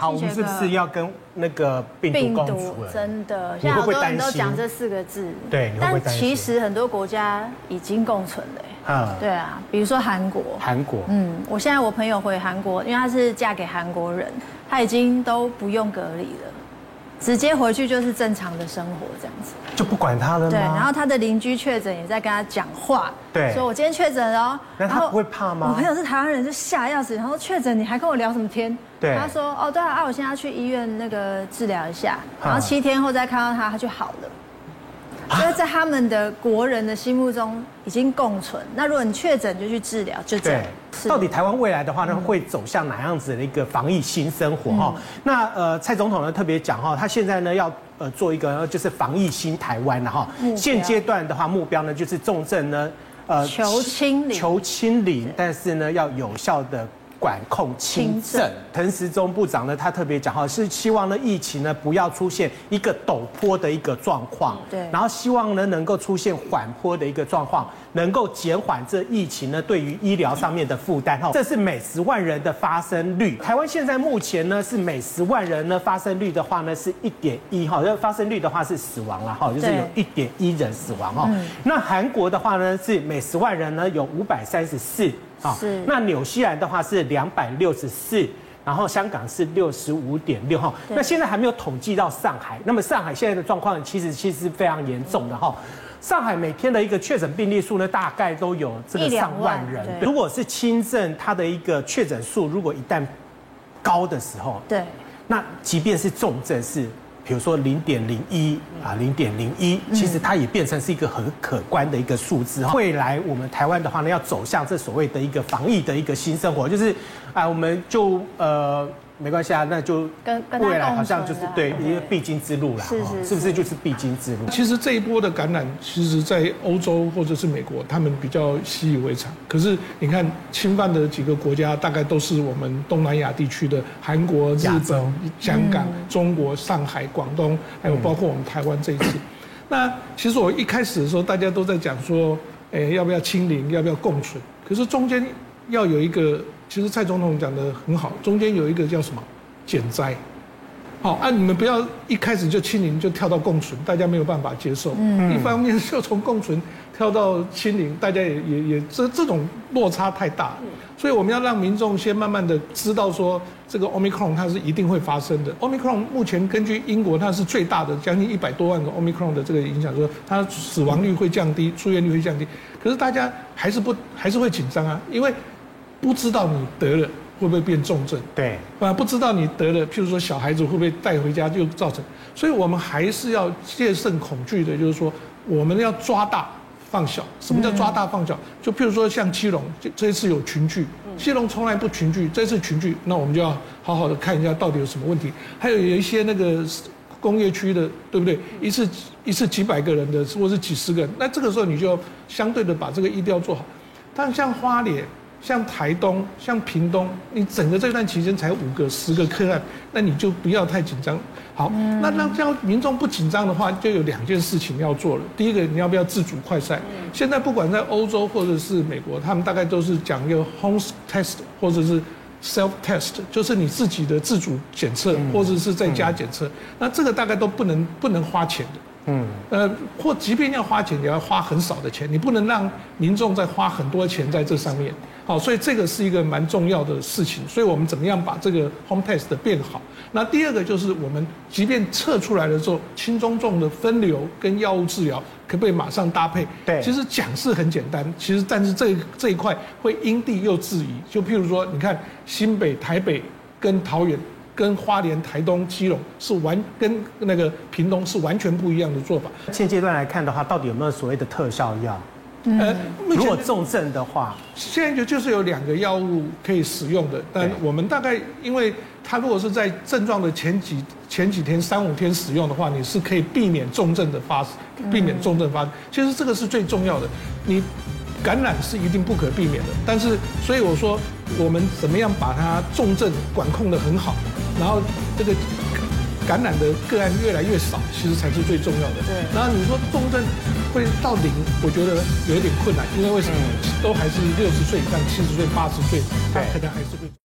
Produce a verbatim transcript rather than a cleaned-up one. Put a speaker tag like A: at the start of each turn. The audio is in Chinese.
A: 好，我们是不是要跟那个病毒共处了？
B: 真的，现在好多人都讲这四个字。
A: 对，你会不会担心？
B: 但其实很多国家已经共存了。嗯，对啊，比如说韩国。
A: 韩国。
B: 嗯，我现在我朋友回韩国，因为她是嫁给韩国人，她已经都不用隔离了。直接回去就是正常的生活，这样子
A: 就不管他了吗？
B: 对，然后他的邻居确诊也在跟他讲话，
A: 对，
B: 说我今天确诊了。
A: 那他不会怕吗？
B: 我朋友是台湾人，就吓要死，然后确诊你还跟我聊什么天？
A: 对，
B: 他说哦对啊，啊我现在要去医院那个治疗一下，然后七天后再看到他，他就好了。所以在他们的国人的心目中已经共存。那如果你确诊就去治疗，就这样。
A: 到底台湾未来的话呢，会走向哪样子的一个防疫新生活哈？那呃，蔡总统呢特别讲哈，他现在呢要呃做一个就是防疫新台湾了哈。现阶段的话，目标呢就是重症呢
B: 呃求清零，
A: 求清零，但是呢要有效的管控轻症。陈时中部长呢，他特别讲哈，是希望呢疫情呢不要出现一个陡坡的一个状况，
B: 对，
A: 然后希望呢能够出现缓坡的一个状况，能够减缓这疫情呢对于医疗上面的负担哈。这是每十万人的发生率，台湾现在目前呢是每十万人呢发生率的话呢是一点一哈，那发生率的话是死亡了哈，就是有一点一人死亡哈。那韩国的话呢是每十万人呢有五百三十四。啊，那纽西兰的话是两百六十四，然后香港是六十五点六哈。那现在还没有统计到上海，那么上海现在的状况其实其实是非常严重的哈。上海每天的一个确诊病例数呢，大概都有这个上万人。如果是轻症，它的一个确诊数如果一旦高的时候，
B: 对，
A: 那即便是重症是。比如说零点零一啊，零点零一，其实它也变成是一个很可观的一个数字。未来我们台湾的话呢，要走向这所谓的一个防疫的一个新生活，就是啊，我们就呃。没关系啊，那就未来好像就是对一个必经之路啦，
B: 是是，
A: 是不是就是必经之路？
C: 其实这一波的感染，其实在欧洲或者是美国，他们比较习以为常。可是你看，侵犯的几个国家，大概都是我们东南亚地区的韩国、日本、香港、中国、上海、广东，还有包括我们台湾这一次。那其实我一开始的时候，大家都在讲说，哎，要不要清零，要不要共存？可是中间要有一个。其实蔡总统讲得很好，中间有一个叫什么减灾，好啊，你们不要一开始就清零就跳到共存，大家没有办法接受。嗯，一方面就从共存跳到清零，大家也也也这这种落差太大，所以我们要让民众先慢慢的知道说，这个 Omicron 它是一定会发生的。Omicron 目前根据英国它是最大的，将近一百多万个 Omicron 的这个影响，说它死亡率会降低，出院率会降低，可是大家还是不还是会紧张啊，因为。不知道你得了会不会变重症？
A: 对，
C: 啊，不知道你得了，譬如说小孩子会不会带回家就造成，所以我们还是要戒慎恐惧的，就是说我们要抓大放小。什么叫抓大放小？就譬如说像基隆，这一次有群聚，基隆从来不群聚，这次群聚，那我们就要好好的看一下到底有什么问题。还有有一些那个工业区的，对不对？一次一次几百个人的，或是几十个人，那这个时候你就要相对的把这个疫调做好。但像花莲。像台东、像屏东，你整个这段期间才五个、十个个案，那你就不要太紧张。好，那让这样民众不紧张的话，就有两件事情要做了。第一个，你要不要自主快筛？现在不管在欧洲或者是美国，他们大概都是讲一个 home test 或者是 self test， 就是你自己的自主检测或者是在家检测。那这个大概都不能不能花钱的。嗯，呃，或即便要花钱，也要花很少的钱，你不能让民众再花很多钱在这上面。好，所以这个是一个蛮重要的事情。所以我们怎么样把这个 home test 变好？那第二个就是我们即便测出来了之后，轻中重的分流跟药物治疗可不可以马上搭配？
A: 对，
C: 其实讲是很简单，其实但是这这一块会因地又制宜。就譬如说，你看新北、台北跟桃园。跟花莲、台东、基隆是完跟那个屏东是完全不一样的做法。
A: 现阶段来看的话，到底有没有所谓的特效药？呃，如果重症的话，
C: 现在就就是有两个药物可以使用的，但我们大概因为它如果是在症状的前几前几天三五天使用的话，你是可以避免重症的发，避免重症发生。其实这个是最重要的，你。感染是一定不可避免的，但是所以我说，我们怎么样把它重症管控得很好，然后这个感染的个案越来越少，其实才是最重要的。对。然后你说重症会到零，我觉得有一点困难，因为为什么？都还是六十岁以上、七十岁、八十岁，他可能还是会。